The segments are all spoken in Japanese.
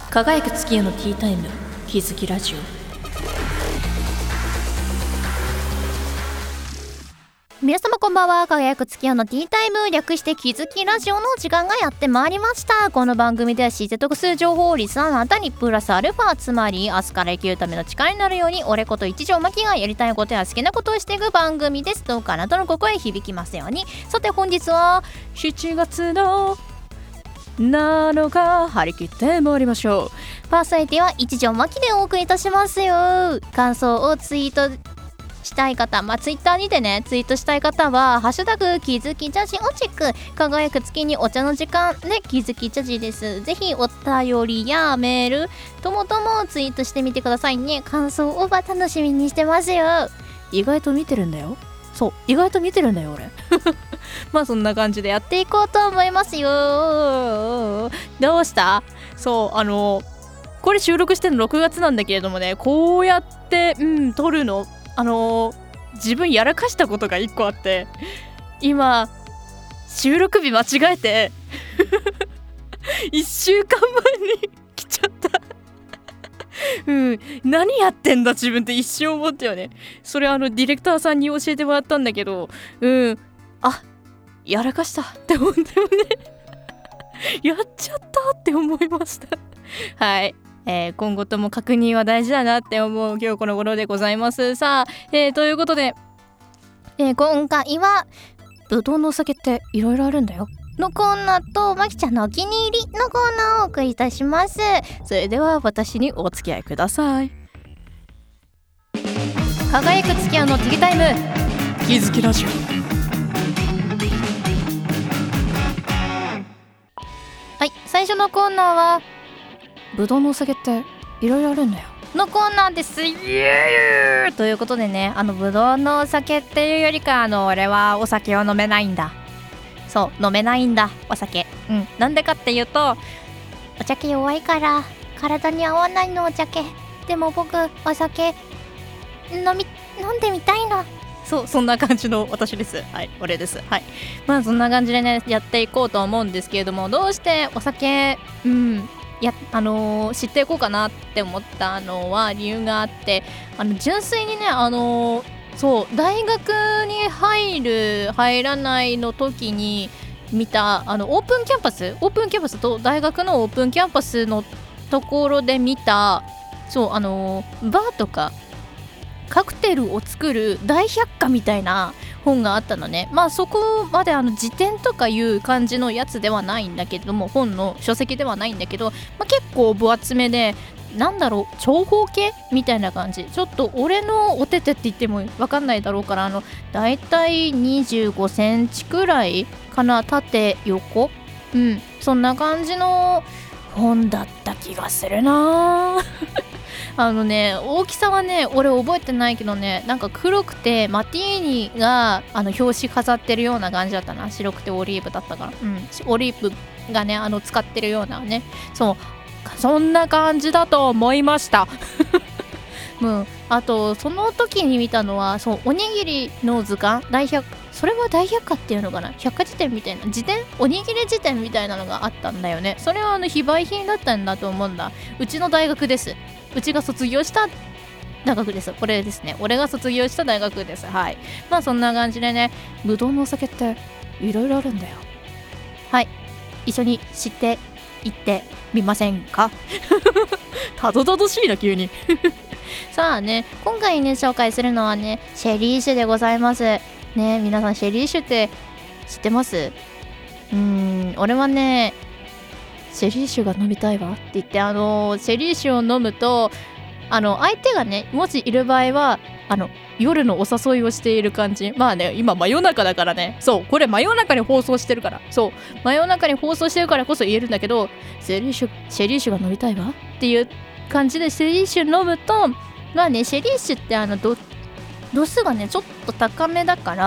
輝く月夜のティータイム、気づきラジオ。 皆様こんばんは。輝く月夜のティータイム、略して気づきラジオの時間がやってまいりました。この番組では知って得する情報をリスナーのあなたにプラスアルファ、つまり明日から生きるための力になるように、俺こと一条まきがやりたいことや好きなことをしていく番組です。どうかあなたの心へ響きますように。さて本日は7月の7日、張り切って参りましょう。パーソナリティは一条まきでお送りいたしますよ。感想をツイートしたい方、ツイッターにてねツイートしたい方はハッシュタグ気づきジャジをチェック。輝く月にお茶の時間で気づきジャジです。ぜひお便りやメールともともツイートしてみてくださいね。感想を楽しみにしてますよ。 意外と見てるんだよ。そう、意外と見てるんだよ俺そんな感じでやっていこうと思いますよ。どうした？ そうこれ収録してるの6月なんだけれどもね、こうやって撮るの自分やらかしたことが1個あって、今収録日間違えて1週間前に来ちゃった何やってんだ自分って一瞬思ったよね。それディレクターさんに教えてもらったんだけど、やらかしたって思ったよねやっちゃったって思いましたはい、今後とも確認は大事だなって思う今日この頃でございます。さあ、ということで、 今回はぶどうのお酒っていろいろあるんだよのコーナーと、まきちゃんのお気に入りのコーナーをお送りいたします。 それでは私にお付き合いください。 輝く月夜のティータイム、 気づきラジオ。 はい、最初のコーナーはぶどうのお酒っていろいろあるんだよのコーナーです。ということでね、ぶどうのお酒っていうよりか俺はお酒を飲めないんだ。そう飲めないんだお酒。なんでかっていうと、お茶弱いから体に合わないのお茶。でも僕お酒飲んでみたいの。 そんな感じの私です。はい、俺です。はい、そんな感じでねやっていこうと思うんですけれども、どうしてお酒知っていこうかなって思ったのは理由があって、純粋にね大学に入らないの時に見たオープンキャンパスと大学のオープンキャンパスのところで見たバーとかカクテルを作る大百科みたいな本があったのね。そこまで辞典とかいう感じのやつではないんだけれども、本の書籍ではないんだけど、結構分厚めで、長方形みたいな感じ。ちょっと俺のお手手って言っても分かんないだろうから、だいたい25センチくらいかな、縦横、そんな感じの本だった気がするな大きさはね俺覚えてないけどね、黒くてマティーニが表紙飾ってるような感じだったな。白くてオリーブだったから、オリーブがね使ってるようなね、そんな感じだと思いましたあとその時に見たのはおにぎりの図鑑、それは大百科っていうのかな、百科事典みたいな辞典、おにぎり辞典みたいなのがあったんだよね。それは非売品だったんだと思うんだ。うちの大学です。うちが卒業した大学です。これですね、俺が卒業した大学です。はい、そんな感じでね、ぶどうのお酒っていろいろあるんだよ。はい、一緒に知っていってみませんかたどたどしいな急にさあね、今回ね紹介するのはねシェリー酒でございますね。皆さんシェリー酒って知ってます？俺はねシェリー酒が飲みたいわって言って、シェリー酒を飲むと相手がねもしいる場合は夜のお誘いをしている感じ。今真夜中だからね、これ真夜中に放送してるから、真夜中に放送してるからこそ言えるんだけど、シェリー酒が飲みたいわっていう感じでシェリー酒飲むと、シェリー酒って度数がねちょっと高めだから、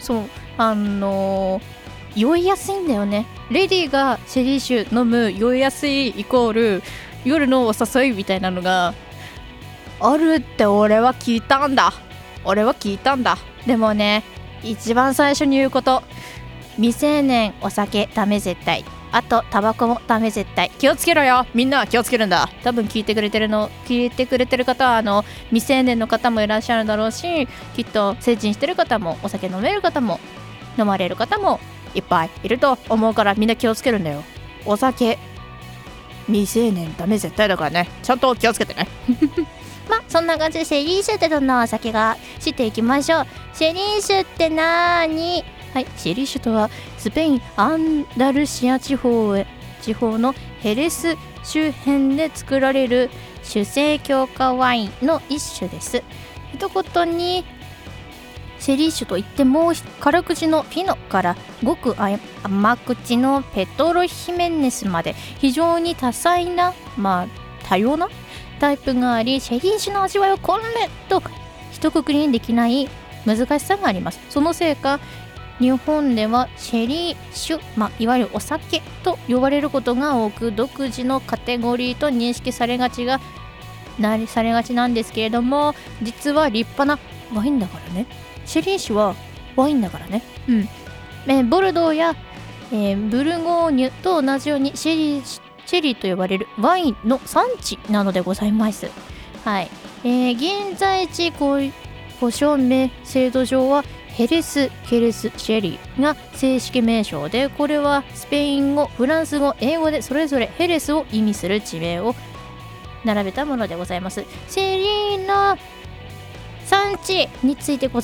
酔いやすいんだよね。レディーがシェリー酒飲む酔いやすいイコール夜のお誘いみたいなのがあるって俺は聞いたんだ。でもね、一番最初に言うこと、未成年お酒ダメ絶対。 あとタバコもダメ、絶対気をつけろよ、みんな気をつけるんだ。多分聞いてくれてる方は未成年の方もいらっしゃるだろうし、きっと成人してる方もお酒飲める方も飲まれる方もいっぱいいると思うから、みんな気をつけるんだよ。お酒未成年ダメ絶対だからね、ちゃんと気をつけてねまあそんな感じでシェリー酒ってどんなお酒が知っていきましょう。シェリー酒ってなーに。 はい、シェリー酒とはスペイン・アンダルシア地方のヘレス周辺で作られる酒精強化ワインの一種です。一言にシェリー酒といっても、辛口のピノからごく甘口のペトロヒメネスまで非常に多彩な、多様なタイプがあり、シェリー酒の味わいをこれと一括りにできない難しさがあります。そのせいか日本ではシェリー酒、いわゆるお酒と呼ばれることが多く、独自のカテゴリーと認識されがちなんですけれども、実は立派なワインだからね。シェリー酒はワインだからね。ボルドーや、ブルゴーニュと同じようにシェリーと呼ばれるワインの産地なのでございます。はい。現在地保証名制度上はヘレスシェリーが正式名称で、これはスペイン語、フランス語、英語でそれぞれヘレスを意味する地名を並べたものでございます。シェリーの産地について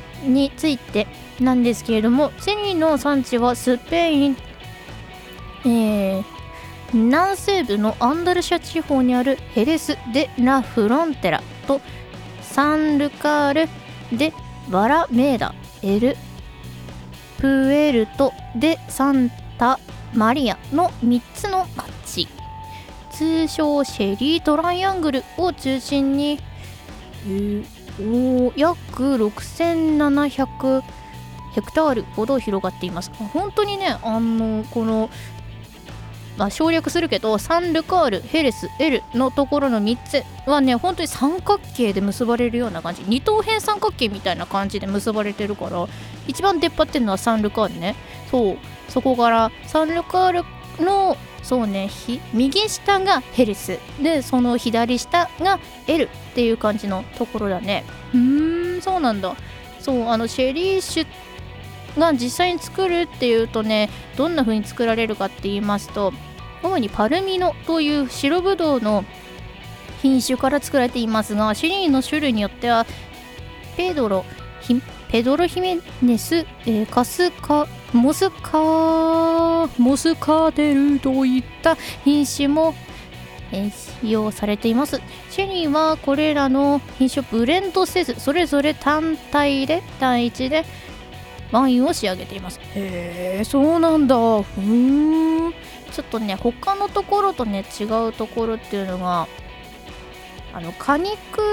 なんですけれども、シェリーの産地はスペイン、南西部のアンダルシア地方にあるヘレス・デ・ラ・フロンテラとサンルカール・デ・バラメーダ、エル・プエルト・デ・サンタ・マリアの3つの町、通称シェリートライアングルを中心に、約6700ヘクタールほど広がっています。本当にね、この省略するけど、サンルカール、ヘレス、エルのところの3つはね、本当に三角形で結ばれるような感じ、二等辺三角形みたいな感じで結ばれてるから、一番出っ張ってるのはサンルカールね。そこからサンルカールの右下がヘレスで、その左下がエルっていう感じのところだね。そうなんだ。シェリー酒が実際に作るっていうとね、どんな風に作られるかって言いますと、主にパルミノという白ブドウの品種から作られていますが、シェリーの種類によってはペドロヒメネス、モスカーテルといった品種も、使用されています。シェリーはこれらの品種をブレンドせず、それぞれ単一でワインを仕上げています。へえ、そうなんだ。ちょっとね、他のところとね違うところっていうのが、果肉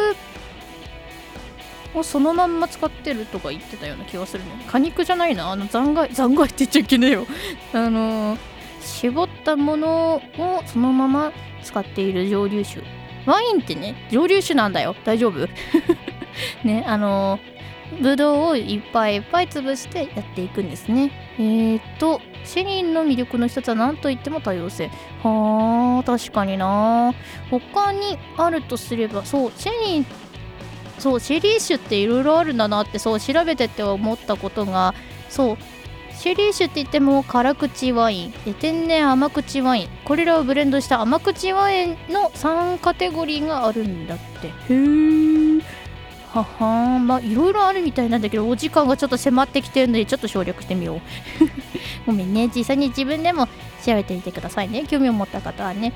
をそのまんま使ってるとか言ってたような気がするね。果肉じゃないな、残骸って言っちゃいけねえよ絞ったものをそのまま使っている蒸留酒。ワインってね、蒸留酒なんだよ。大丈夫ね、ブドウをいっぱい潰してやっていくんですね。シェリーの魅力の一つは何といっても多様性。確かにな。他にあるとすれば、シェリー酒っていろいろあるんだなって、調べてって思ったことが、シェリー酒って言っても辛口ワインで天然甘口ワイン、これらをブレンドした甘口ワインの3カテゴリーがあるんだって。いろいろあるみたいなんだけど、お時間がちょっと迫ってきてるので、ちょっと省略してみようごめんね。実際に自分でも調べてみてくださいね、興味を持った方はね。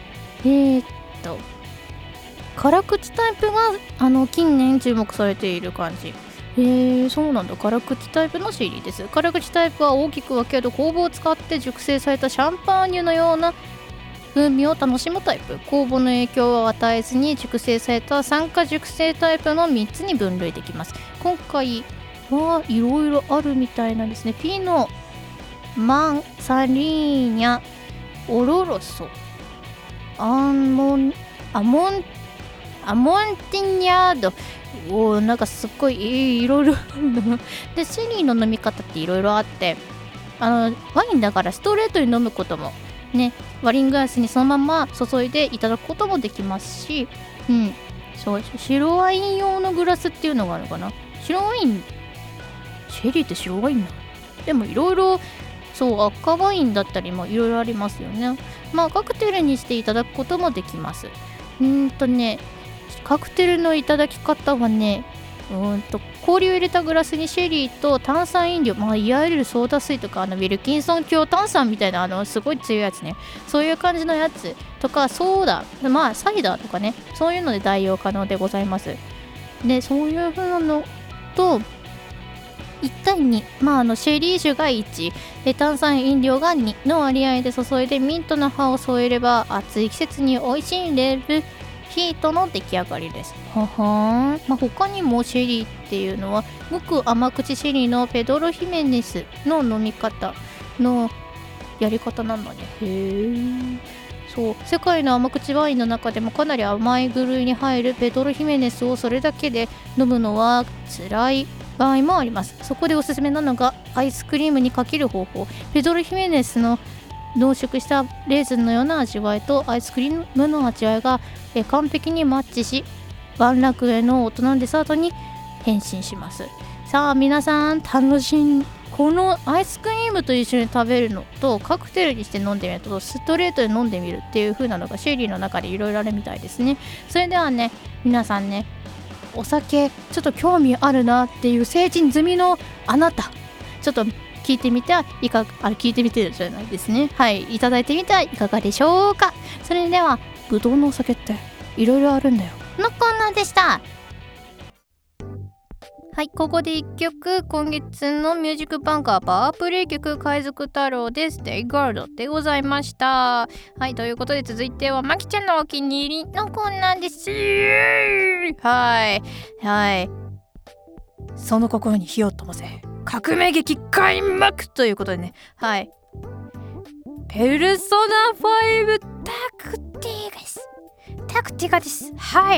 辛口タイプが近年注目されている感じ。そうなんだ。辛口タイプのシェリーです。辛口タイプは大きく分けると、酵母を使って熟成されたシャンパーニュのような風味を楽しむタイプ、酵母の影響を与えずに熟成された酸化熟成タイプの3つに分類できます。今回はいろいろあるみたいなんですね。ピノ、マンサリーニャ、オロロソ、アモンティニャード、なんかすっごいいろいろで、シェリーの飲み方っていろいろあって、ワインだからストレートに飲むこともね、ワイングラスにそのまま注いでいただくこともできますし、そう白ワイン用のグラスっていうのがあるのかな。白ワイン、シェリーって白ワインなの？でもいろいろ、そう赤ワインだったりもいろいろありますよね。カクテルにしていただくこともできます。カクテルのいただき方はね、氷を入れたグラスにシェリーと炭酸飲料、いわゆるソーダ水とかウィルキンソン強炭酸みたいなすごい強いやつね、そういう感じのやつとかソーダ、サイダーとかね、そういうので代用可能でございます。でそういう風なのと1対2、シェリー酒が1で炭酸飲料が2の割合で注いでミントの葉を添えれば暑い季節に美味しいレブヒートの出来上がりです。他にもシェリーっていうのはごく甘口シェリーのペドロヒメネスの飲み方のやり方なんだね。そう、世界の甘口ワインの中でもかなり甘い部類に入るペドロヒメネスをそれだけで飲むのは辛い場合もあります。そこでおすすめなのがアイスクリームにかける方法。ペドロヒメネスの濃縮したレーズンのような味わいとアイスクリームの味わいが完璧にマッチし、ワンラクへの大人デザートに変身します。さあ皆さん楽しん、このアイスクリームと一緒に食べるのとカクテルにして飲んでみるとストレートで飲んでみるっていう風なのがシェリーの中でいろいろあるみたいですね。それではね、皆さんね、お酒ちょっと興味あるなっていう成人済みのあなた、ちょっと聞いてみて聞いてみてじゃないですね。はい、いただいてみてはいかがでしょうか。それではぶどうのお酒っていろいろあるんだよのコーナーでした。はい、ここで1曲、今月のミュージックバンカーパワープレイ曲、海賊太郎でステイガードでございました。はい、ということで続いてはまきちゃんのお気に入りのコーナーです。はい、その心に火を灯せ、革命劇開幕ということでね、はい、ペルソナ5タクティカです。はい、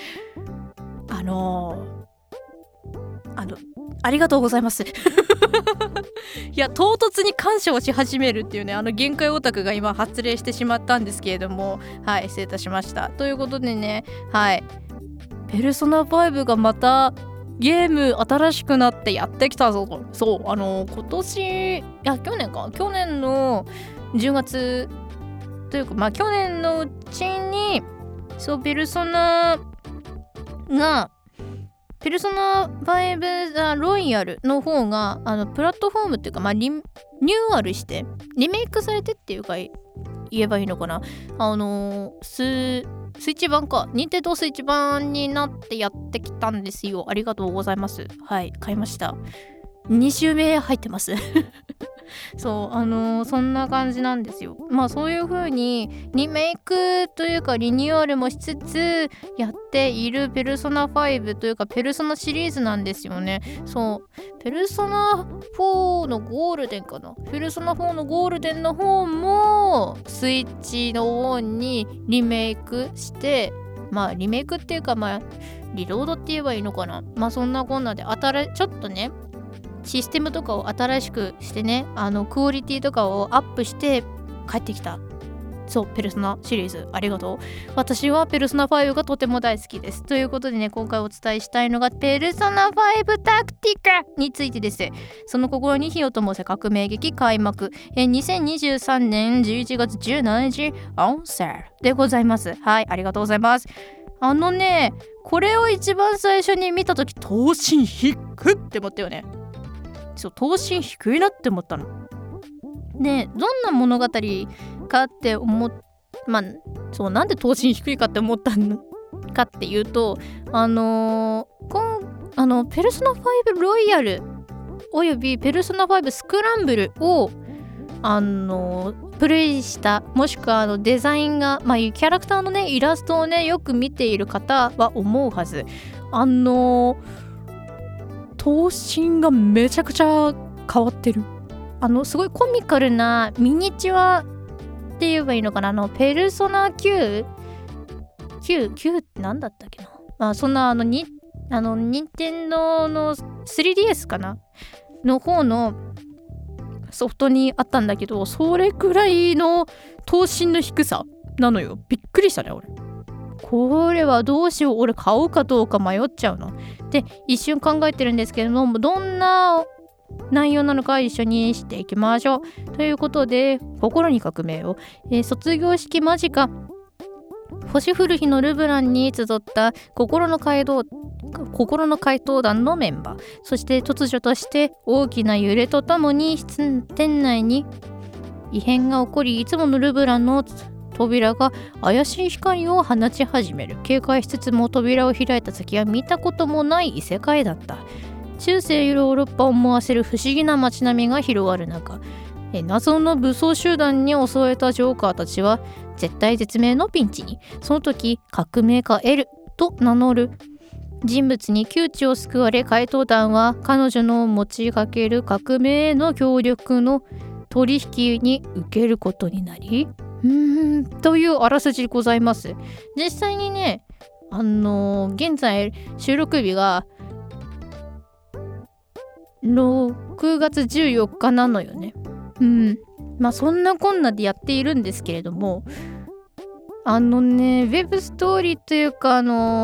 ありがとうございますいや、唐突に感謝をし始めるっていうね、限界オタクが今発令してしまったんですけれども、はい、失礼いたしました。ということでね、はい、ペルソナ5がまたゲーム新しくなってやってきたぞと。そう、今年、去年の10月というか、去年のうちにペルソナ5ザロイヤルの方がプラットフォームっていうか、リニューアルしてリメイクされてっていうか言えばいいのかな、スイッチ版か、任天堂スイッチ版になってやってきたんですよ。ありがとうございます。はい、買いました。2週目入ってますそうそんな感じなんですよ。そういう風にリメイクというかリニューアルもしつつやっているペルソナ5というかペルソナシリーズなんですよね。そう、ペルソナ4のゴールデンかな、ペルソナ4のゴールデンの方もスイッチの方にリメイクして、リメイクっていうかリロードって言えばいいのかな、そんなこんなでちょっとねシステムとかを新しくしてね、クオリティとかをアップして帰ってきた。そう、ペルソナシリーズありがとう。私はペルソナ5がとても大好きです。ということでね、今回お伝えしたいのがペルソナ5タクティカについてです。その心に火を灯せ革命劇開幕、2023年11月17日オンセールでございます。はい、ありがとうございます。これを一番最初に見たとき、頭身低って思ったよね。そう、頭身低いなって思ったの。で、どんな物語かってそうなんで頭身低いかって思ったのかっていうと、ペルソナ5ロイヤルおよびペルソナ5スクランブルをプレイした、もしくはデザインが、キャラクターのねイラストをねよく見ている方は思うはず。頭身がめちゃくちゃ変わってる。すごいコミカルなミニチュアって言えばいいのかな、ペルソナ9って何だったっけな、そんな任天堂の 3DS かなの方のソフトにあったんだけど、それくらいの頭身の低さなのよ。びっくりしたね俺。これはどうしよう、俺買おうかどうか迷っちゃうので一瞬考えてるんですけれども、どんな内容なのか一緒にしていきましょうということで、心に革命を、卒業式間近、星降る日のルブランに集った心の怪盗団のメンバー、そして突如として大きな揺れとともに店内に異変が起こり、いつものルブランの扉が怪しい光を放ち始める。警戒しつつも扉を開いた先は見たこともない異世界だった。中世ヨーロッパを思わせる不思議な街並みが広がる中、謎の武装集団に襲われたジョーカーたちは絶体絶命のピンチに。その時革命家エルと名乗る人物に窮地を救われ、怪盗団は彼女の持ちかける革命への協力の取引に受けることになり、というあらすじでございます。実際にね、現在収録日が6月14日なのよね。まあそんなこんなでやっているんですけれども、ウェブストーリーというか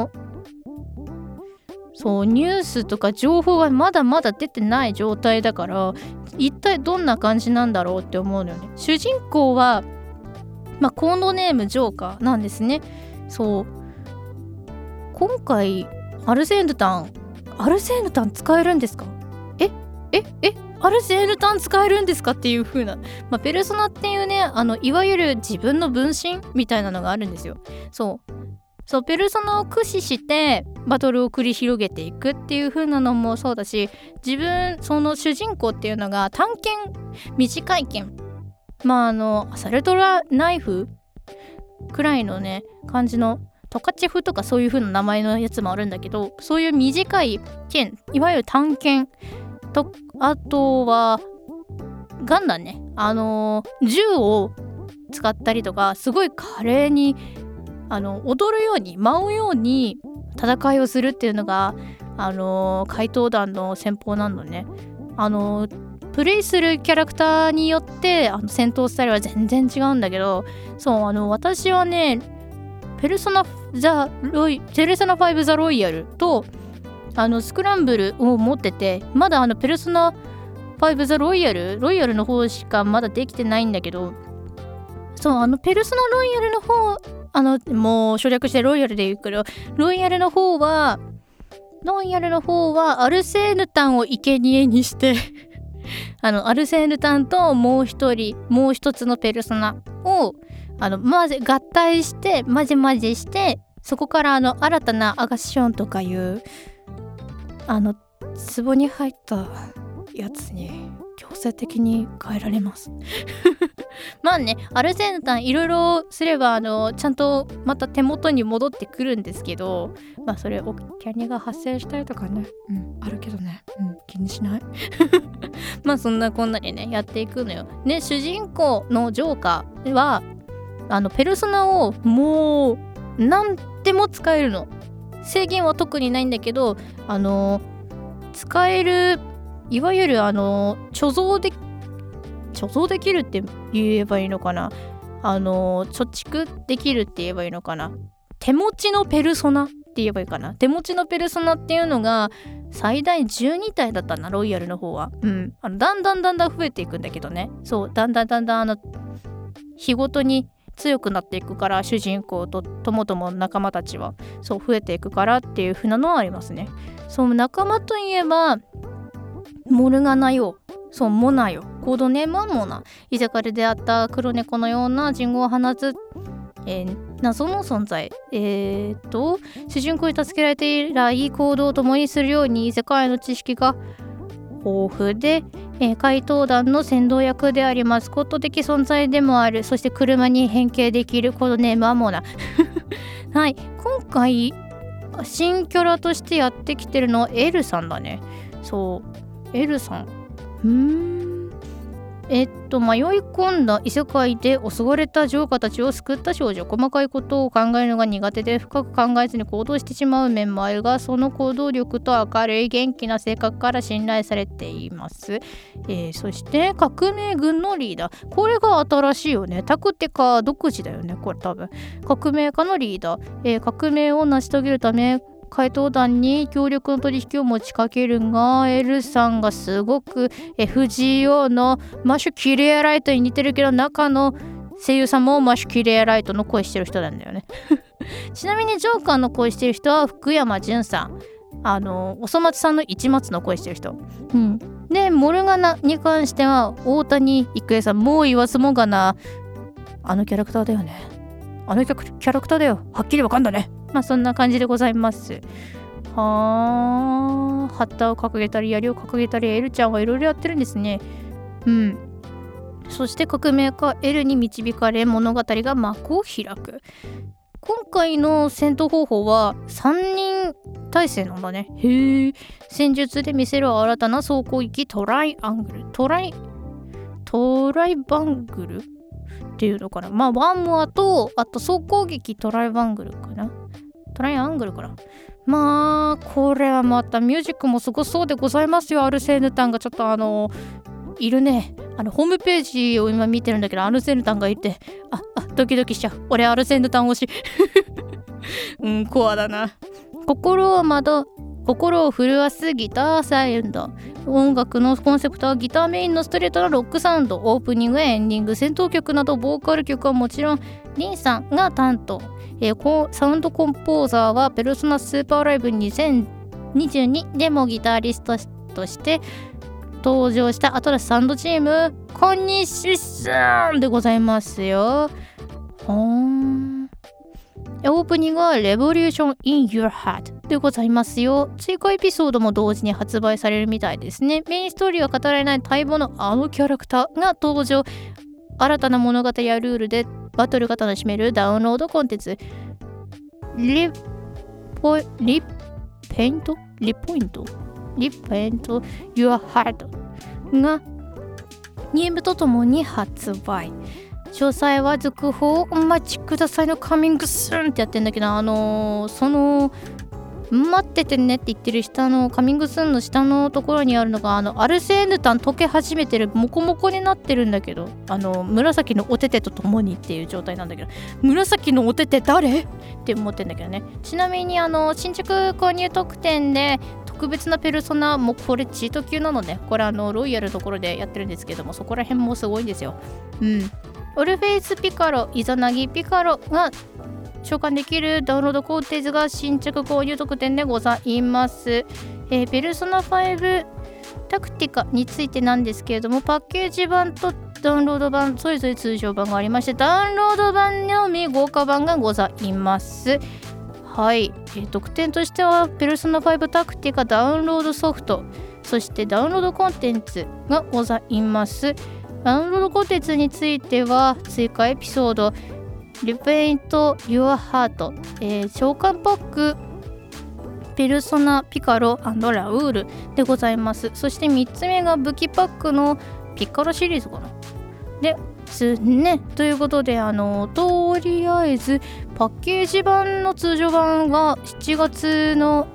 そうニュースとか情報がまだまだ出てない状態だから、一体どんな感じなんだろうって思うのよね。主人公はコードネームジョーカーなんですね。そう今回アルセーヌタン使えるんですか？アルセーヌタン使えるんですかっていう風な、ペルソナっていうね、いわゆる自分の分身みたいなのがあるんですよ。そうペルソナを駆使してバトルを繰り広げていくっていう風なのもそうだし、その主人公っていうのが短剣、短い剣、アサルトラナイフくらいのね感じのトカチェフとかそういう風な名前のやつもあるんだけど、そういう短い剣、いわゆる短剣と、あとはガンダンね、銃を使ったりとか、すごい華麗に踊るように舞うように戦いをするっていうのが怪盗団の戦法なのね。プレイするキャラクターによって戦闘スタイルは全然違うんだけど、私はねペルソナ5ザロイヤルとスクランブルを持ってて、まだペルソナ5ザロイヤルの方しかまだできてないんだけど、ペルソナロイヤルの方、もう省略してロイヤルで言うけど、ロイヤルの方はアルセーヌタンを生贄にしてアルセーヌタンともう一つのペルソナを合体して混ぜして、そこから新たなアガッションとかいう壺に入ったやつに強制的に変えられますアルセーヌタンいろいろすればちゃんとまた手元に戻ってくるんですけど、それキャニが発生したりとかね、あるけどね、気にしないそんなこんなでねやっていくのよ。で主人公のジョーカーはペルソナをもう何でも使えるの。制限は特にないんだけど、使える、いわゆる貯蔵できるって言えばいいのかな、貯蓄できるって言えばいいのかな、手持ちのペルソナって言えばいいかな。手持ちのペルソナっていうのが最大12体だったな、ロイヤルの方は。だんだん増えていくんだけどね。だんだん日ごとに強くなっていくから、主人公とともども仲間たちは増えていくからっていう風なのはありますね。仲間といえばモルガナよ、モナよ、コードネームはモナ。居酒屋で出会った黒猫のような人語を放つ、謎の存在。主人公に助けられて以来行動を共にするように世界の知識が豊富で、怪盗団の先導役でありますこと的存在でもある。そして車に変形できるコードネームはモナはい、今回新キャラとしてやってきてるのはエルさんだね。エルさん迷い込んだ異世界で襲われた浄化たちを救った少女。細かいことを考えるのが苦手で深く考えずに行動してしまう面もあるが、その行動力と明るい元気な性格から信頼されています。そして革命軍のリーダー。これが新しいよね。タクティカ独自だよね。これ多分革命家のリーダー。革命を成し遂げるため怪盗団に協力の取引を持ちかけるが、エルさんがすごく FGO のマッシュキレアライトに似てるけど、中の声優さんもマッシュキレアライトの声してる人なんだよねちなみにジョーカーの声してる人は福山潤さん、おそ松さんの一松の声してる人、でモルガナに関しては大谷育恵さん。もう言わずもがな、あのキャラクターだよね。あのキャラクターだよ。はっきりわかんだね。そんな感じでございます。旗を掲げたり槍を掲げたり、エルちゃんはいろいろやってるんですね。そして革命家エルに導かれ物語が幕を開く。今回の戦闘方法は3人体制なんだね。へえ。戦術で見せる新たな総攻撃トライバングルっていうのかな。ワンモアとあと総攻撃トライアングルかな。これはまたミュージックもすごそうでございますよ。アルセーヌタンがちょっといるね。ホームページを今見てるんだけど、アルセーヌタンがいてドキドキしちゃう。俺アルセーヌタン推しコアだな。心を震わすギターサウンド。音楽のコンセプトはギターメインのストレートなロックサウンド。オープニングやエンディング、戦闘曲などボーカル曲はもちろんリンさんが担当。サウンドコンポーザーはペルソナスーパーライブ2022でもギタリストとして登場したアトラスサウンドチームコニシさんでございますよ。オープニングは Revolution in Your Heart でございますよ。追加エピソードも同時に発売されるみたいですね。メインストーリーは語られない待望のあのキャラクターが登場。新たな物語やルールでバトルが楽しめるダウンロードコンテンツリポイント Your Heart がゲームとともに発売。詳細は続報お待ちくださいのカミングスーンってやってんだけど、その待っててねって言ってる下のカミングスーンの下のところにあるのがアルセーヌタン溶け始めてるモコモコになってるんだけど、紫のおててとともにっていう状態なんだけど、紫のおてて誰って思ってんだけどね。ちなみに新着購入特典で特別なペルソナもこれチート級なのね。これロイヤルのところでやってるんですけども、そこら辺もすごいんですよ。オルフェイスピカロイザナギピカロが召喚できるダウンロードコンテンツが新着購入特典でございます。ペルソナ5タクティカについてなんですけれども、パッケージ版とダウンロード版それぞれ通常版がありまして、ダウンロード版のみ豪華版がございます。はい、特典としてはペルソナ5タクティカダウンロードソフト、そしてダウンロードコンテンツがございます。ダウンロードコンテンツについては追加エピソードRepaint Your Heart、召喚パックペルソナピカロ&ラウールでございます。そして3つ目が武器パックのピカロシリーズかなですね。ということでとりあえずパッケージ版の通常版が7月の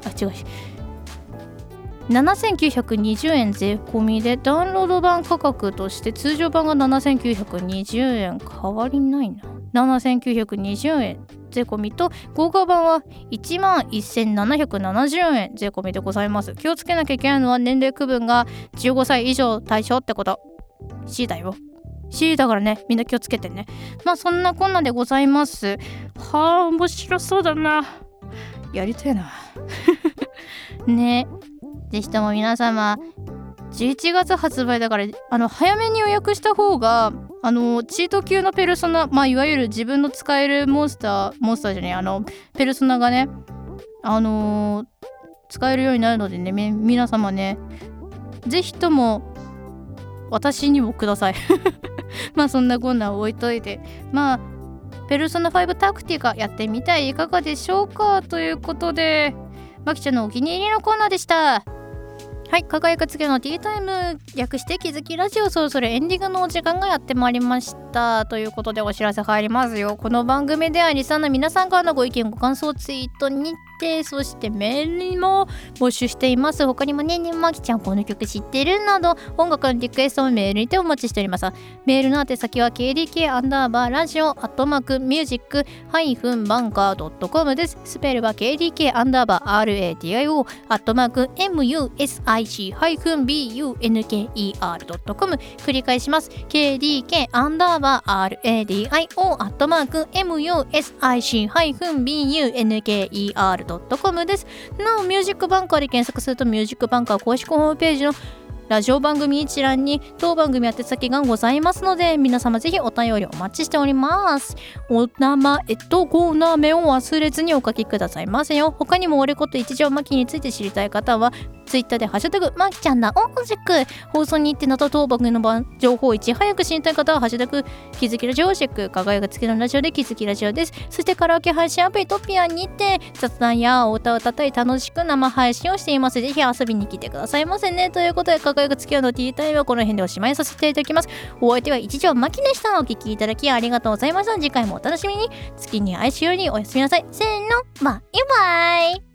7920円税込みで、ダウンロード版価格として通常版が7920円変わりないな、7920円税込みと、豪華版は11,770円税込みでございます。気をつけなきゃいけないのは年齢区分が15歳以上対象ってこと。 C だよ、 C だからね、みんな気をつけてね。そんなこんなでございます。面白そうだな、やりたいなね。ぜひとも皆様11月発売だから早めに予約した方がチート級のペルソナ、いわゆる自分の使えるモンスターじゃねえペルソナがね使えるようになるのでね、皆様ねぜひとも私にもくださいそんなこんな置いといて、ペルソナ5タクティカやってみたいいかがでしょうかということで、まきちゃんのお気に入りのコーナーでした。 はい、輝く月のティータイム略して気づきラジオ、そろそろエンディングのお時間がやってまいりましたということで、お知らせ入りますよ。この番組ではリスナーの皆さんからのご意見ご感想ツイートにて、そしてメールも募集しています。他にもねまきちゃんこの曲知ってるなど音楽のリクエストをメールにてお待ちしております。メールの宛先は kdk_radio@music-banker.com です。スペルは kdk_radio@music-bunker.com 繰り返します。kdk_radio@music-bunker.com です。なおミュージックバンカーで検索するとミュージックバンカー公式ホームページのラジオ番組一覧に当番組宛先がございますので、皆様ぜひお便りお待ちしております。お名前とご名前を忘れずにお書きくださいませよ。他にも俺こと一条マキについて知りたい方はツイッターでハッシュタグマキちゃんなおじく、放送に行ってなど当番組の情報をいち早く知りたい方はハッシュタグ気づきラジオをチェック。輝く月のラジオで気づきラジオです。そしてカラオケ配信アプリトピアにて雑談やお歌を歌ったり楽しく生配信をしています。ぜひ遊びに来てくださいませね。ということで輝く月のティータイムはこの辺でおしまいさせていただきます。お相手は一条マキでした。お聞きいただきありがとうございました。次回もお楽しみに。月に愛しようにおやすみなさい。せーの、バイバイ。